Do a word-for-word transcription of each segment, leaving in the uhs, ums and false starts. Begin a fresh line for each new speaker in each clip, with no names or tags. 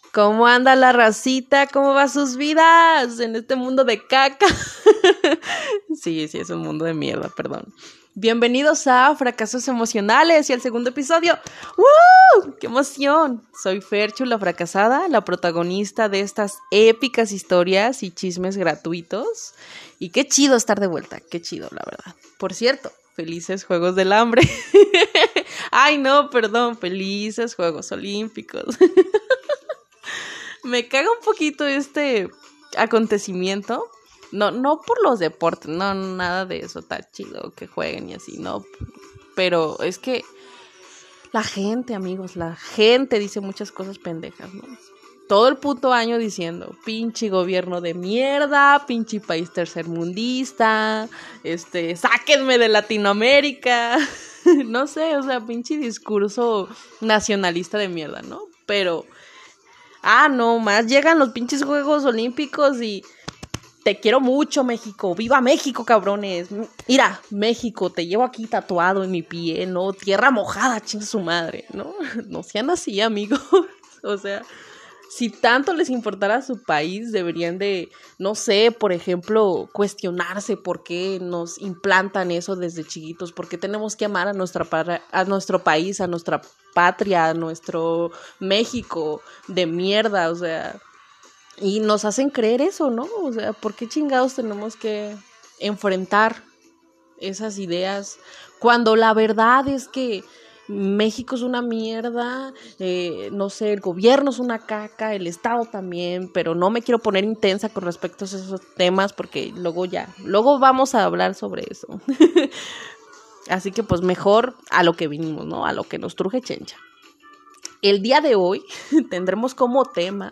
¿Cómo anda la racita? ¿Cómo va sus vidas en este mundo de caca? Sí, sí, es un mundo de mierda, perdón. Bienvenidos a Fracasos Emocionales y al segundo episodio. ¡Woo! ¡Qué emoción! Soy Ferchu, la fracasada, la protagonista de estas épicas historias y chismes gratuitos. Y qué chido estar de vuelta, qué chido, la verdad. Por cierto, felices Juegos del Hambre. Ay, no, perdón, felices Juegos Olímpicos. Me caga un poquito este acontecimiento. No, no por los deportes, no, nada de eso, está chido que jueguen y así, no. Pero es que la gente, amigos, la gente dice muchas cosas pendejas, ¿no? Todo el puto año diciendo, pinche gobierno de mierda, pinche país tercermundista, este, sáquenme de Latinoamérica. No sé, o sea, pinche discurso nacionalista de mierda, ¿no? Pero, ah, no, más llegan los pinches Juegos Olímpicos y te quiero mucho, México. ¡Viva México, cabrones! Mira, México, te llevo aquí tatuado en mi pie, ¿no? Tierra mojada, chinga su madre, ¿no? No sean así, amigos. O sea, si tanto les importara su país, deberían de, no sé, por ejemplo, cuestionarse por qué nos implantan eso desde chiquitos, por qué tenemos que amar a nuestra para, a nuestro país, a nuestra patria, a nuestro México de mierda, o sea, y nos hacen creer eso, ¿no? O sea, ¿por qué chingados tenemos que enfrentar esas ideas cuando la verdad es que México es una mierda, eh, no sé, el gobierno es una caca, el Estado también, pero no me quiero poner intensa con respecto a esos temas porque luego ya, luego vamos a hablar sobre eso. Así que pues mejor a lo que vinimos, ¿no? A lo que nos truje chencha. El día de hoy tendremos como tema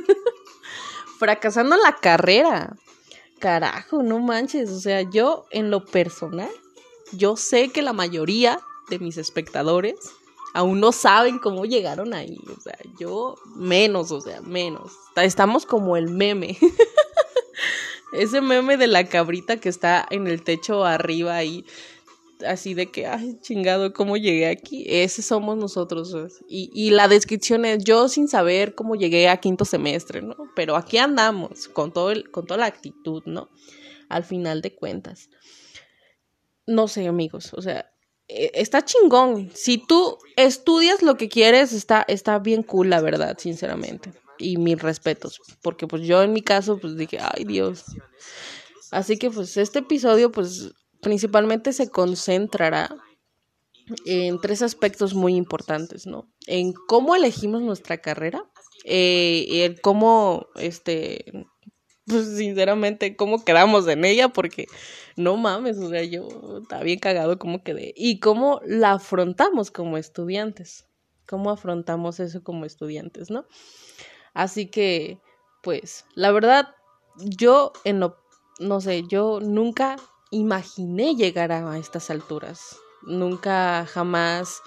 fracasando en la carrera. Carajo, no manches, o sea, yo en lo personal, yo sé que la mayoría de mis espectadores aún no saben cómo llegaron ahí, o sea, yo menos, o sea, menos. Estamos como el meme. Ese meme de la cabrita que está en el techo arriba ahí, así de que, ay, chingado, ¿cómo llegué aquí? Ese somos nosotros. Y, y la descripción es yo sin saber cómo llegué a quinto semestre, ¿no? Pero aquí andamos, con, todo el, con toda la actitud, ¿no? Al final de cuentas. No sé, amigos, o sea, está chingón. Si tú estudias lo que quieres, está, está bien cool, la verdad, sinceramente. Y mis respetos, porque pues yo en mi caso, pues dije, ay, Dios. Así que pues este episodio, pues principalmente se concentrará en tres aspectos muy importantes, ¿no? En cómo elegimos nuestra carrera, eh, en cómo, este, pues sinceramente, cómo quedamos en ella, porque no mames, o sea, yo estaba bien cagado cómo quedé, y cómo la afrontamos como estudiantes, cómo afrontamos eso como estudiantes, ¿no? Así que, pues, la verdad, yo en lo, no sé, yo nunca imaginé llegar a estas alturas. Nunca jamás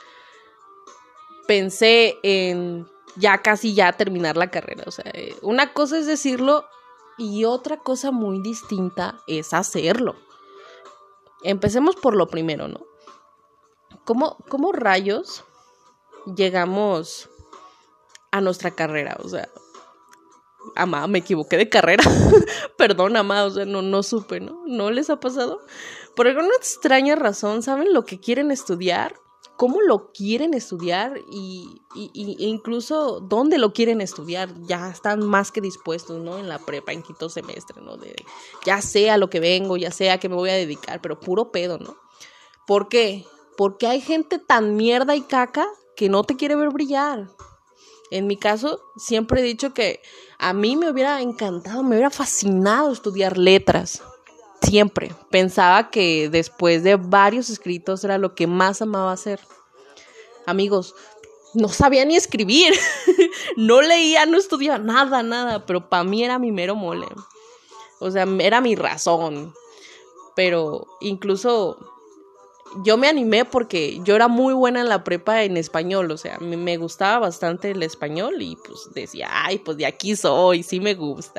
pensé en ya casi ya terminar la carrera. O sea, una cosa es decirlo y otra cosa muy distinta es hacerlo. Empecemos por lo primero, ¿no? ¿Cómo, cómo rayos llegamos a nuestra carrera? O sea, amá, me equivoqué de carrera. Perdón, amá, o sea, no, no supe, ¿no? ¿No les ha pasado? Por alguna extraña razón, ¿saben lo que quieren estudiar? ¿Cómo lo quieren estudiar? Y, y, y incluso dónde lo quieren estudiar. Ya están más que dispuestos, ¿no? En la prepa, en quinto semestre, ¿no? De, ya sé a lo que vengo, ya sé a qué me voy a dedicar, pero puro pedo, ¿no? ¿Por qué? Porque hay gente tan mierda y caca que no te quiere ver brillar. En mi caso, siempre he dicho que a mí me hubiera encantado, me hubiera fascinado estudiar letras. Siempre. Pensaba que después de varios escritos era lo que más amaba hacer. Amigos, no sabía ni escribir. No leía, no estudiaba nada, nada. Pero para mí era mi mero mole. O sea, era mi razón. Pero incluso yo me animé porque yo era muy buena en la prepa en español, o sea, me, me gustaba bastante el español y pues decía, ay, pues de aquí soy, sí me gusta.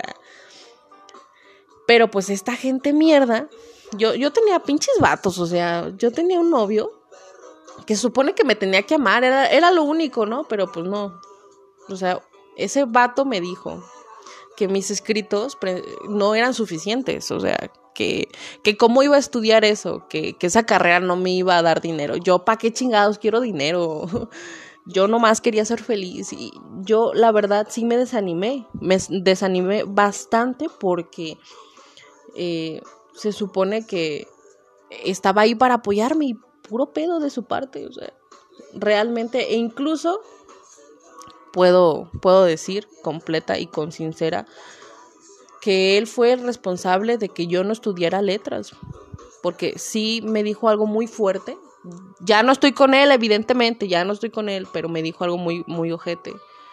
Pero pues esta gente mierda, yo, yo tenía pinches vatos, o sea, yo tenía un novio que supone que me tenía que amar, era, era lo único, ¿no? Pero pues no, o sea, Ese vato me dijo que mis escritos pre- no eran suficientes, o sea, que, que cómo iba a estudiar eso, que, que esa carrera no me iba a dar dinero. Yo, ¿pa' qué chingados quiero dinero? Yo nomás quería ser feliz y yo, la verdad, sí me desanimé. Me desanimé bastante porque eh, se supone que estaba ahí para apoyarme y puro pedo de su parte, o sea, realmente, e incluso puedo, puedo decir completa y con sincera que él fue el responsable de que yo no estudiara letras, porque sí me dijo algo muy fuerte. Ya no estoy con él, evidentemente, ya no estoy con él, pero me dijo algo muy, muy ojete.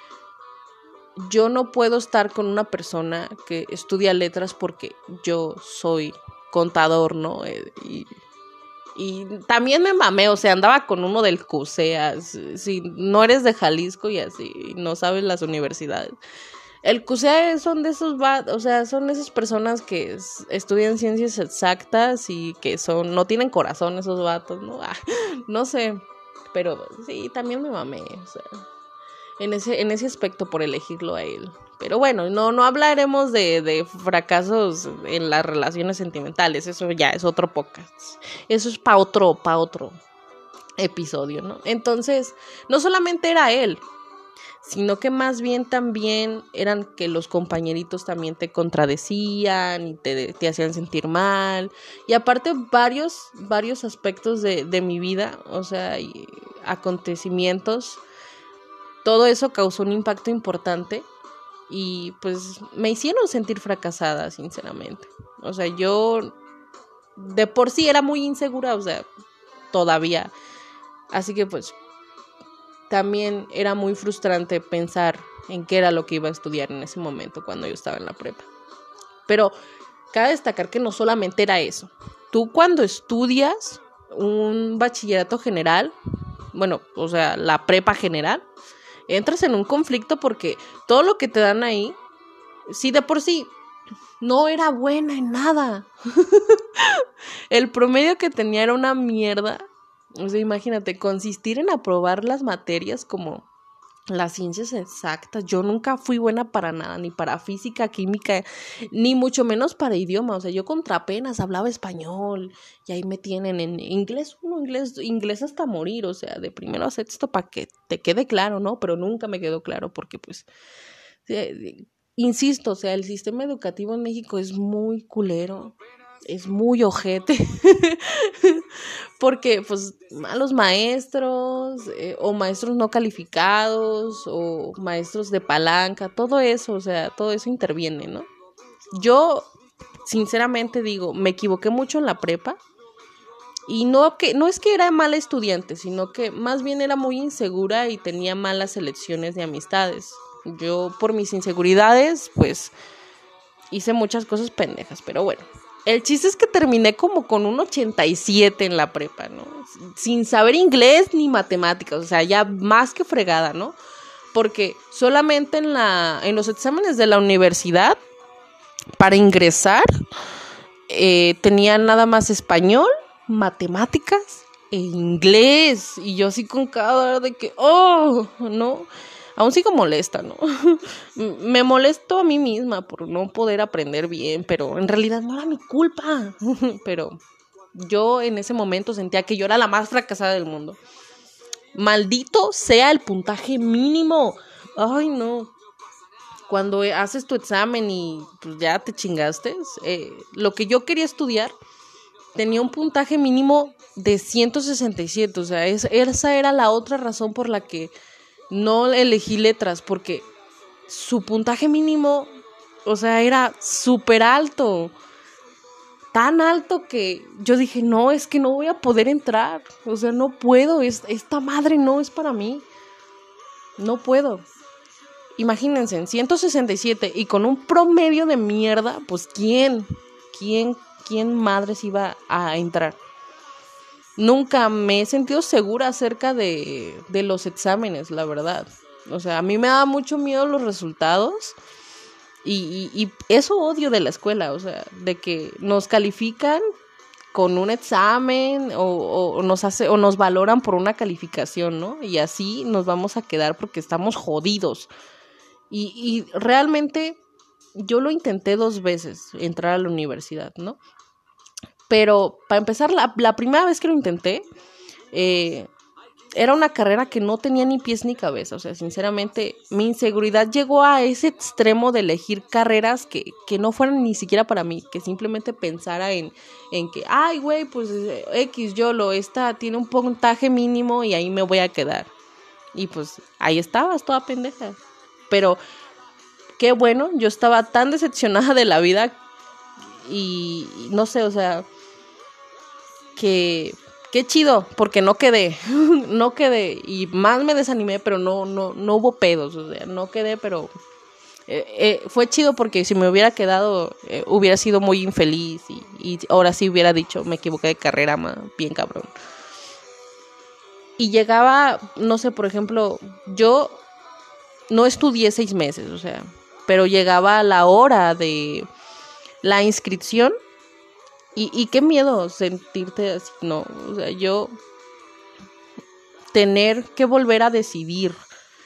Yo no puedo estar con una persona que estudia letras porque yo soy contador, ¿no? Eh, y, y también me mamé, o sea, andaba con uno del C U S E A, si, si no eres de Jalisco y así, no sabes las universidades. El C U S E A son de esos, va, o sea, son esas personas que es, estudian ciencias exactas y que son, no tienen corazón esos vatos, ¿no? Ah, no sé, pero sí, también me mamé, o sea, en ese, en ese aspecto por elegirlo a él. Pero bueno, no, no hablaremos de, de fracasos en las relaciones sentimentales, eso ya es otro podcast. Eso es pa' otro, pa' otro episodio, ¿no? Entonces, no solamente era él, sino que más bien también eran que los compañeritos también te contradecían y te, te hacían sentir mal. Y aparte varios, varios aspectos de, de mi vida, o sea, y acontecimientos, todo eso causó un impacto importante y pues me hicieron sentir fracasada, sinceramente. O sea, yo de por sí era muy insegura, o sea, todavía. Así que pues también era muy frustrante pensar en qué era lo que iba a estudiar en ese momento cuando yo estaba en la prepa. Pero cabe destacar que no solamente era eso. Tú cuando estudias un bachillerato general, bueno, o sea, la prepa general, entras en un conflicto porque todo lo que te dan ahí, sí de por sí, no era buena en nada. El promedio que tenía era una mierda. O sea, imagínate, consistir en aprobar las materias como las ciencias exactas. Yo nunca fui buena para nada, ni para física, química, ni mucho menos para idioma. O sea, yo contra penas hablaba español y ahí me tienen en inglés, uno inglés, inglés hasta morir, o sea, de primero a sexto para que te quede claro, ¿no? Pero nunca me quedó claro porque pues, eh, insisto, o sea, el sistema educativo en México es muy culero. Es muy ojete. Porque, pues, malos maestros, eh, o maestros no calificados, o maestros de palanca, todo eso, o sea, todo eso interviene, ¿no? Yo, sinceramente digo, me equivoqué mucho en la prepa. Y no, que, no es que era mala estudiante, sino que más bien era muy insegura y tenía malas elecciones de amistades. Yo, por mis inseguridades, pues, hice muchas cosas pendejas, pero bueno. El chiste es que terminé como con un ochenta y siete en la prepa, ¿no? Sin saber inglés ni matemáticas, o sea, ya más que fregada, ¿no? Porque solamente en la, en los exámenes de la universidad, para ingresar, eh, tenía nada más español, matemáticas e inglés. Y yo así con cada de que, oh, no, aún sigo molesta, ¿no? Me molesto a mí misma por no poder aprender bien, pero en realidad no era mi culpa. Pero yo en ese momento sentía que yo era la más fracasada del mundo. Maldito sea el puntaje mínimo. Ay, no. Cuando haces tu examen y pues, ya te chingaste, eh, lo que yo quería estudiar tenía un puntaje mínimo de ciento sesenta y siete. O sea, es, esa era la otra razón por la que no elegí letras, porque su puntaje mínimo, o sea, era súper alto. Tan alto que yo dije, no, es que no voy a poder entrar. O sea, no puedo, es, esta madre no es para mí. No puedo. Imagínense, en ciento sesenta y siete y con un promedio de mierda, pues ¿quién? ¿Quién, quién madres iba a entrar? Nunca me he sentido segura acerca de, de los exámenes, la verdad. O sea, a mí me da mucho miedo los resultados y, y, y eso odio de la escuela, o sea, de que nos califican con un examen o, o, nos hace, o nos valoran por una calificación, ¿no? Y así nos vamos a quedar porque estamos jodidos. Y, y realmente yo lo intenté dos veces, entrar a la universidad, ¿no? Pero para empezar, la, la primera vez que lo intenté, eh, era una carrera que no tenía ni pies ni cabeza. O sea, sinceramente, mi inseguridad llegó a ese extremo de elegir carreras que, que no fueran ni siquiera para mí, que simplemente pensara en, en que, ay, güey, pues X, YOLO, esta tiene un puntaje mínimo y ahí me voy a quedar. Y pues ahí estabas, toda pendeja. Pero qué bueno, yo estaba tan decepcionada de la vida y, y no sé, o sea, que qué chido, porque no quedé, no quedé, y más me desanimé, pero no, no, no hubo pedos, o sea, no quedé, pero eh, eh, fue chido porque si me hubiera quedado, eh, hubiera sido muy infeliz, y, y ahora sí hubiera dicho, me equivoqué de carrera, ma, bien cabrón. Y llegaba, no sé, por ejemplo, yo no estudié seis meses, o sea, pero llegaba a la hora de la inscripción. Y, y qué miedo sentirte así, no, o sea, yo tener que volver a decidir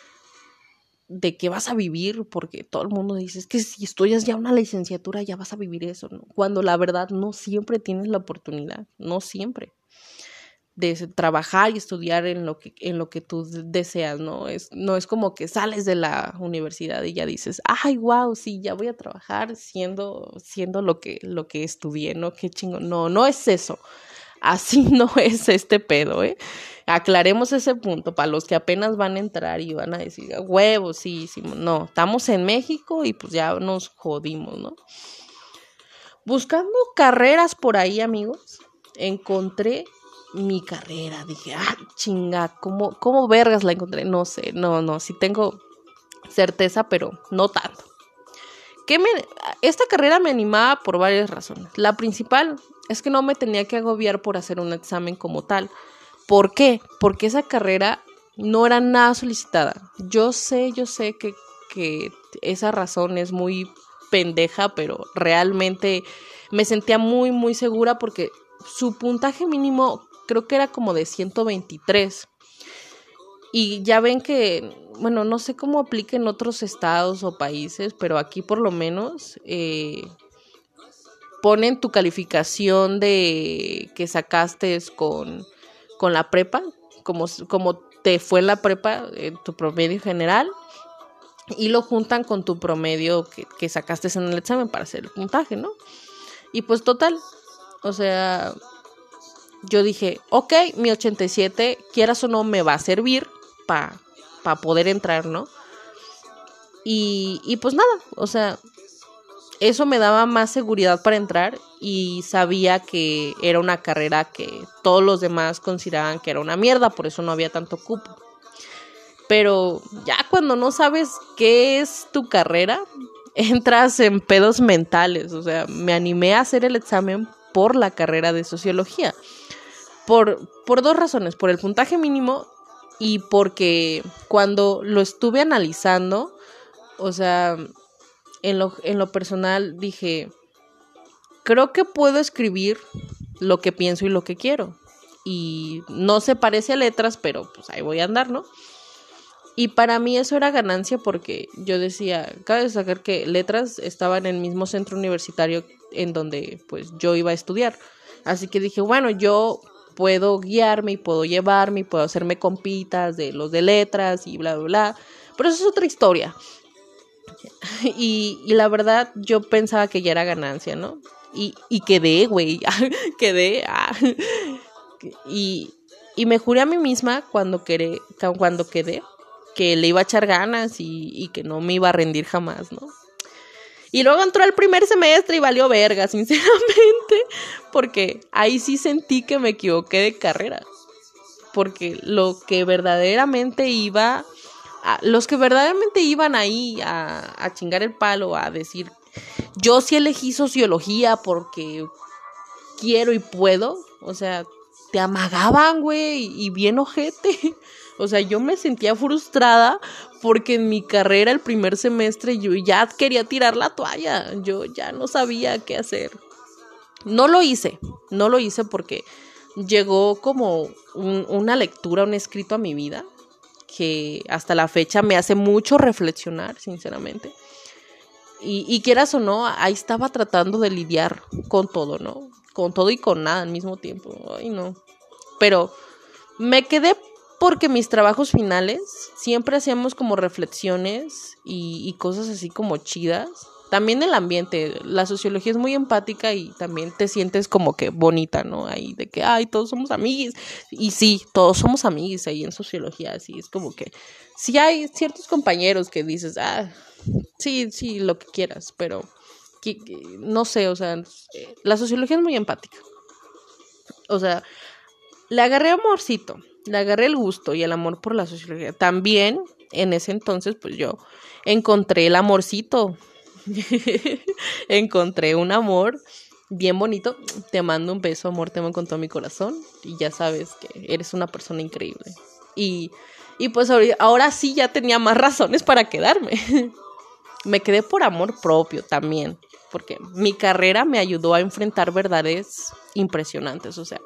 de qué vas a vivir, porque todo el mundo dice, es que si estudias ya una licenciatura ya vas a vivir eso, ¿no? Cuando la verdad no siempre tienes la oportunidad, no siempre, de trabajar y estudiar en lo que, en lo que tú deseas, ¿no? Es, no es como que sales de la universidad y ya dices, ay, wow, sí, ya voy a trabajar siendo, siendo lo que, lo que estudié, ¿no? Qué chingón. No, no es eso. Así no es este pedo, ¿eh? Aclaremos ese punto para los que apenas van a entrar y van a decir, huevos, sí, sí, no, estamos en México y pues ya nos jodimos, ¿no? Buscando carreras por ahí, amigos, encontré mi carrera. Dije, ah, chinga, ¿cómo, cómo vergas la encontré? No sé, no, no, sí tengo certeza, pero no tanto. ¿Qué me, esta carrera me animaba por varias razones. La principal es que no me tenía que agobiar por hacer un examen como tal. ¿Por qué? Porque esa carrera no era nada solicitada. Yo sé, yo sé que, que esa razón es muy pendeja, pero realmente me sentía muy, muy segura porque su puntaje mínimo creo que era como de ciento veintitrés. Y ya ven que, bueno, no sé cómo aplica en otros estados o países, pero aquí por lo menos eh, ponen tu calificación de que sacaste con, con la prepa, como, como te fue en la prepa, en tu promedio general, y lo juntan con tu promedio que, que sacaste en el examen para hacer el puntaje, ¿no? Y pues total, o sea, yo dije, ok, mi ochenta y siete, quieras o no, me va a servir para pa poder entrar, ¿no? Y, y pues nada, o sea, eso me daba más seguridad para entrar y sabía que era una carrera que todos los demás consideraban que era una mierda, por eso no había tanto cupo. Pero ya cuando no sabes qué es tu carrera, entras en pedos mentales. O sea, me animé a hacer el examen por la carrera de sociología. Por, por dos razones, por el puntaje mínimo y porque cuando lo estuve analizando, o sea, en lo, en lo personal dije, creo que puedo escribir lo que pienso y lo que quiero. Y no se parece a letras, pero pues ahí voy a andar, ¿no? Y para mí eso era ganancia porque yo decía, cabe destacar que letras estaba en el mismo centro universitario en donde pues yo iba a estudiar. Así que dije, bueno, yo puedo guiarme y puedo llevarme y puedo hacerme compitas de los de letras y bla, bla, bla. Pero eso es otra historia. Y, y la verdad yo pensaba que ya era ganancia, ¿no? Y, y quedé, güey, quedé. Ah. Y, y me juré a mí misma cuando, quedé, cuando quedé que le iba a echar ganas y, y que no me iba a rendir jamás, ¿no? Y luego entró el primer semestre y valió verga, sinceramente, porque ahí sí sentí que me equivoqué de carrera, porque lo que verdaderamente iba, a, los que verdaderamente iban ahí a, a chingar el palo, a decir, yo sí elegí sociología porque quiero y puedo, o sea, te amagaban, güey, y bien ojete. O sea, yo me sentía frustrada porque en mi carrera el primer semestre yo ya quería tirar la toalla. Yo ya no sabía qué hacer. No lo hice, no lo hice porque llegó como un, una lectura, un escrito a mi vida. que hasta la fecha me hace mucho reflexionar, sinceramente. Y, y quieras o no, ahí estaba tratando de lidiar con todo, ¿no? Con todo y con nada al mismo tiempo. Ay, no. Pero me quedé porque mis trabajos finales siempre hacíamos como reflexiones y, y cosas así como chidas. También el ambiente, la sociología es muy empática y también te sientes como que bonita, ¿no? Ahí de que, ay, todos somos amiguis. Y sí, todos somos amiguis ahí en sociología, así es como que sí hay ciertos compañeros que dices, ah, sí, sí, lo que quieras, pero que, que, no sé, o sea, la sociología es muy empática. O sea, le agarré amorcito, le agarré el gusto y el amor por la sociología. También, en ese entonces, pues yo encontré el amorcito. Encontré un amor bien bonito. Te mando un beso, amor, te amo con todo mi corazón. Y ya sabes que eres una persona increíble. Y, y pues ahora, ahora sí ya tenía más razones para quedarme. Me quedé por amor propio también, porque mi carrera me ayudó a enfrentar verdades impresionantes. O sea,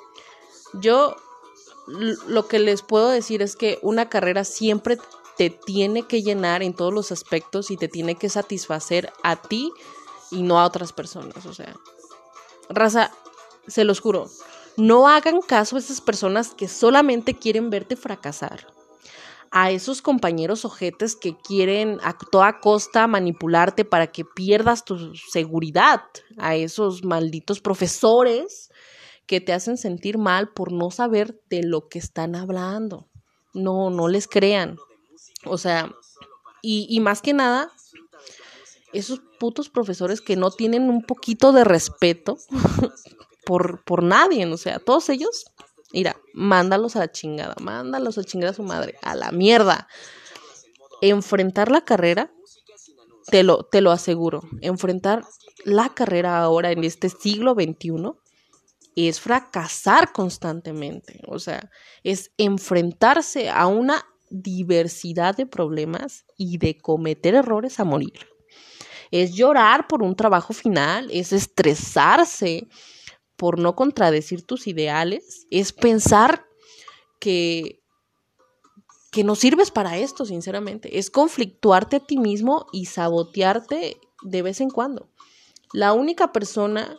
yo lo que les puedo decir es que una carrera siempre te tiene que llenar en todos los aspectos y te tiene que satisfacer a ti y no a otras personas. O sea, raza, se los juro, no hagan caso a esas personas que solamente quieren verte fracasar. A esos compañeros ojetes que quieren a toda costa manipularte para que pierdas tu seguridad. A esos malditos profesores que te hacen sentir mal por no saber de lo que están hablando. No, no les crean. O sea, y, y más que nada, esos putos profesores que no tienen un poquito de respeto por, por nadie, o sea, todos ellos, mira, mándalos a la chingada, mándalos a chingar a su madre, a la mierda. Enfrentar la carrera, te lo, te lo aseguro, enfrentar la carrera ahora en este siglo veintiuno es fracasar constantemente, o sea, es enfrentarse a una diversidad de problemas y de cometer errores a morir. Es llorar por un trabajo final, es estresarse por no contradecir tus ideales, es pensar que, que no sirves para esto, sinceramente, es conflictuarte a ti mismo y sabotearte de vez en cuando. La única persona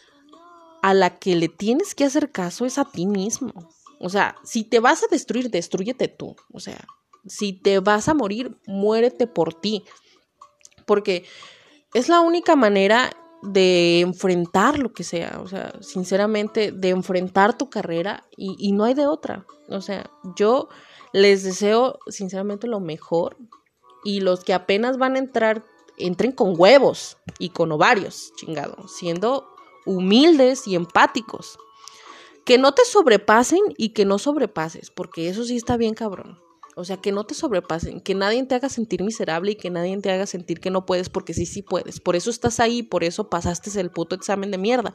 a la que le tienes que hacer caso es a ti mismo. O sea, si te vas a destruir, destrúyete tú. O sea, si te vas a morir, muérete por ti. Porque es la única manera de enfrentar lo que sea. O sea, sinceramente, de enfrentar tu carrera y, y no hay de otra. O sea, yo les deseo sinceramente lo mejor y los que apenas van a entrar, entren con huevos y con ovarios, chingado, siendo humildes y empáticos. Que no te sobrepasen y que no sobrepases, porque eso sí está bien cabrón. O sea, que no te sobrepasen, que nadie te haga sentir miserable y que nadie te haga sentir que no puedes, porque sí, sí puedes. Por eso estás ahí, por eso pasaste el puto examen de mierda.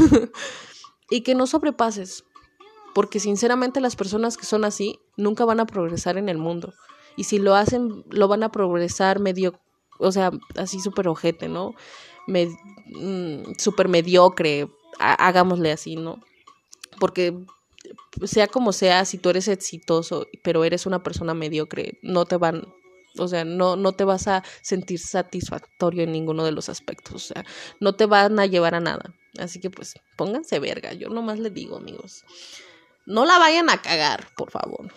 Y que no sobrepases, porque sinceramente las personas que son así nunca van a progresar en el mundo. Y si lo hacen, lo van a progresar medio, o sea, así súper ojete, ¿no? Med, mmm, súper mediocre, hagámosle así, ¿no? Porque sea como sea, si tú eres exitoso, pero eres una persona mediocre, no te van, o sea, no, no te vas a sentir satisfactorio en ninguno de los aspectos, o sea, no te van a llevar a nada. Así que pues, pónganse verga, yo nomás les digo, amigos, no la vayan a cagar, por favor,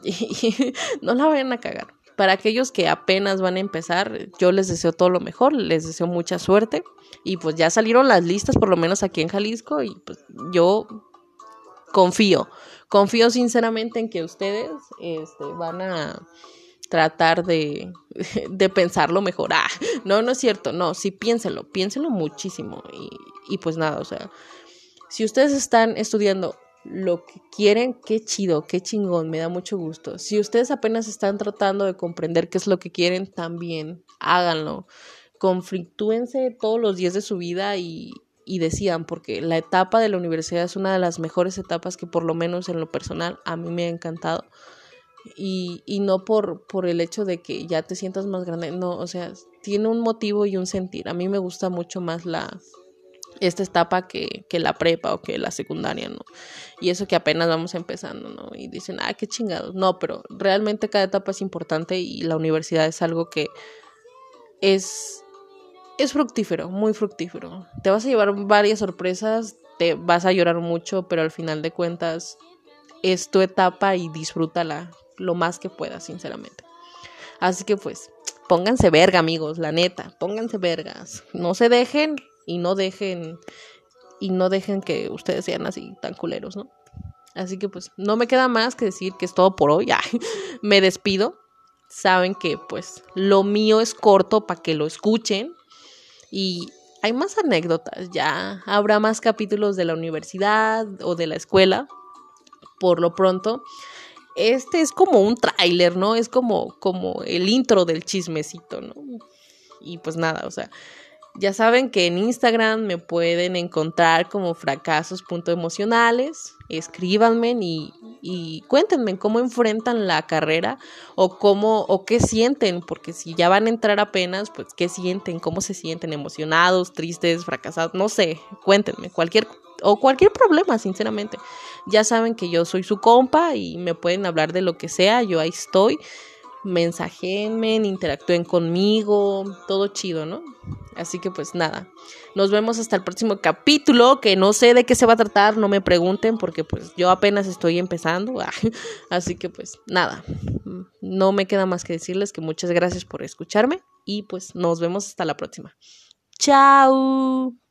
no la vayan a cagar. Para aquellos que apenas van a empezar, yo les deseo todo lo mejor, les deseo mucha suerte, y pues ya salieron las listas, por lo menos aquí en Jalisco, y pues yo confío, confío sinceramente en que ustedes este, van a tratar de, de pensarlo mejor. Ah, no, no es cierto, no, sí piénsenlo, piénsenlo muchísimo, y, y pues nada, o sea, si ustedes están estudiando lo que quieren, qué chido, qué chingón, me da mucho gusto. Si ustedes apenas están tratando de comprender qué es lo que quieren, también háganlo. Conflictúense todos los días de su vida y, y decidan, porque la etapa de la universidad es una de las mejores etapas que por lo menos en lo personal a mí me ha encantado. Y, y no por, por el hecho de que ya te sientas más grande, no, o sea, tiene un motivo y un sentir. A mí me gusta mucho más la... esta etapa que, que la prepa o que la secundaria, ¿no? Y eso que apenas vamos empezando, ¿no? Y dicen, ah, qué chingados. No, pero realmente cada etapa es importante y la universidad es algo que es, es fructífero, muy fructífero. Te vas a llevar varias sorpresas, te vas a llorar mucho, pero al final de cuentas es tu etapa y disfrútala lo más que puedas, sinceramente. Así que pues, pónganse verga, amigos, la neta, pónganse vergas. No se dejen y no dejen y no dejen que ustedes sean así tan culeros, ¿no? Así que pues, no me queda más que decir que es todo por hoy. Ay, me despido. Saben que pues lo mío es corto para que lo escuchen y hay más anécdotas, ya habrá más capítulos de la universidad o de la escuela. Por lo pronto, este es como un tráiler, ¿no? Es como, como el intro del chismecito, ¿no? Y pues nada, o sea, ya saben que en Instagram me pueden encontrar como fracasos.emocionales. Escríbanme y, y cuéntenme cómo enfrentan la carrera o cómo o qué sienten, porque si ya van a entrar apenas, pues qué sienten, cómo se sienten, emocionados, tristes, fracasados, no sé, cuéntenme, cualquier o cualquier problema, sinceramente. Ya saben que yo soy su compa y me pueden hablar de lo que sea, yo ahí estoy. Mensajéenme, interactúen conmigo, todo chido, ¿no? Así que pues nada, nos vemos hasta el próximo capítulo, que no sé de qué se va a tratar, no me pregunten porque pues yo apenas estoy empezando, así que pues nada, no me queda más que decirles que muchas gracias por escucharme y pues nos vemos hasta la próxima. ¡Chao!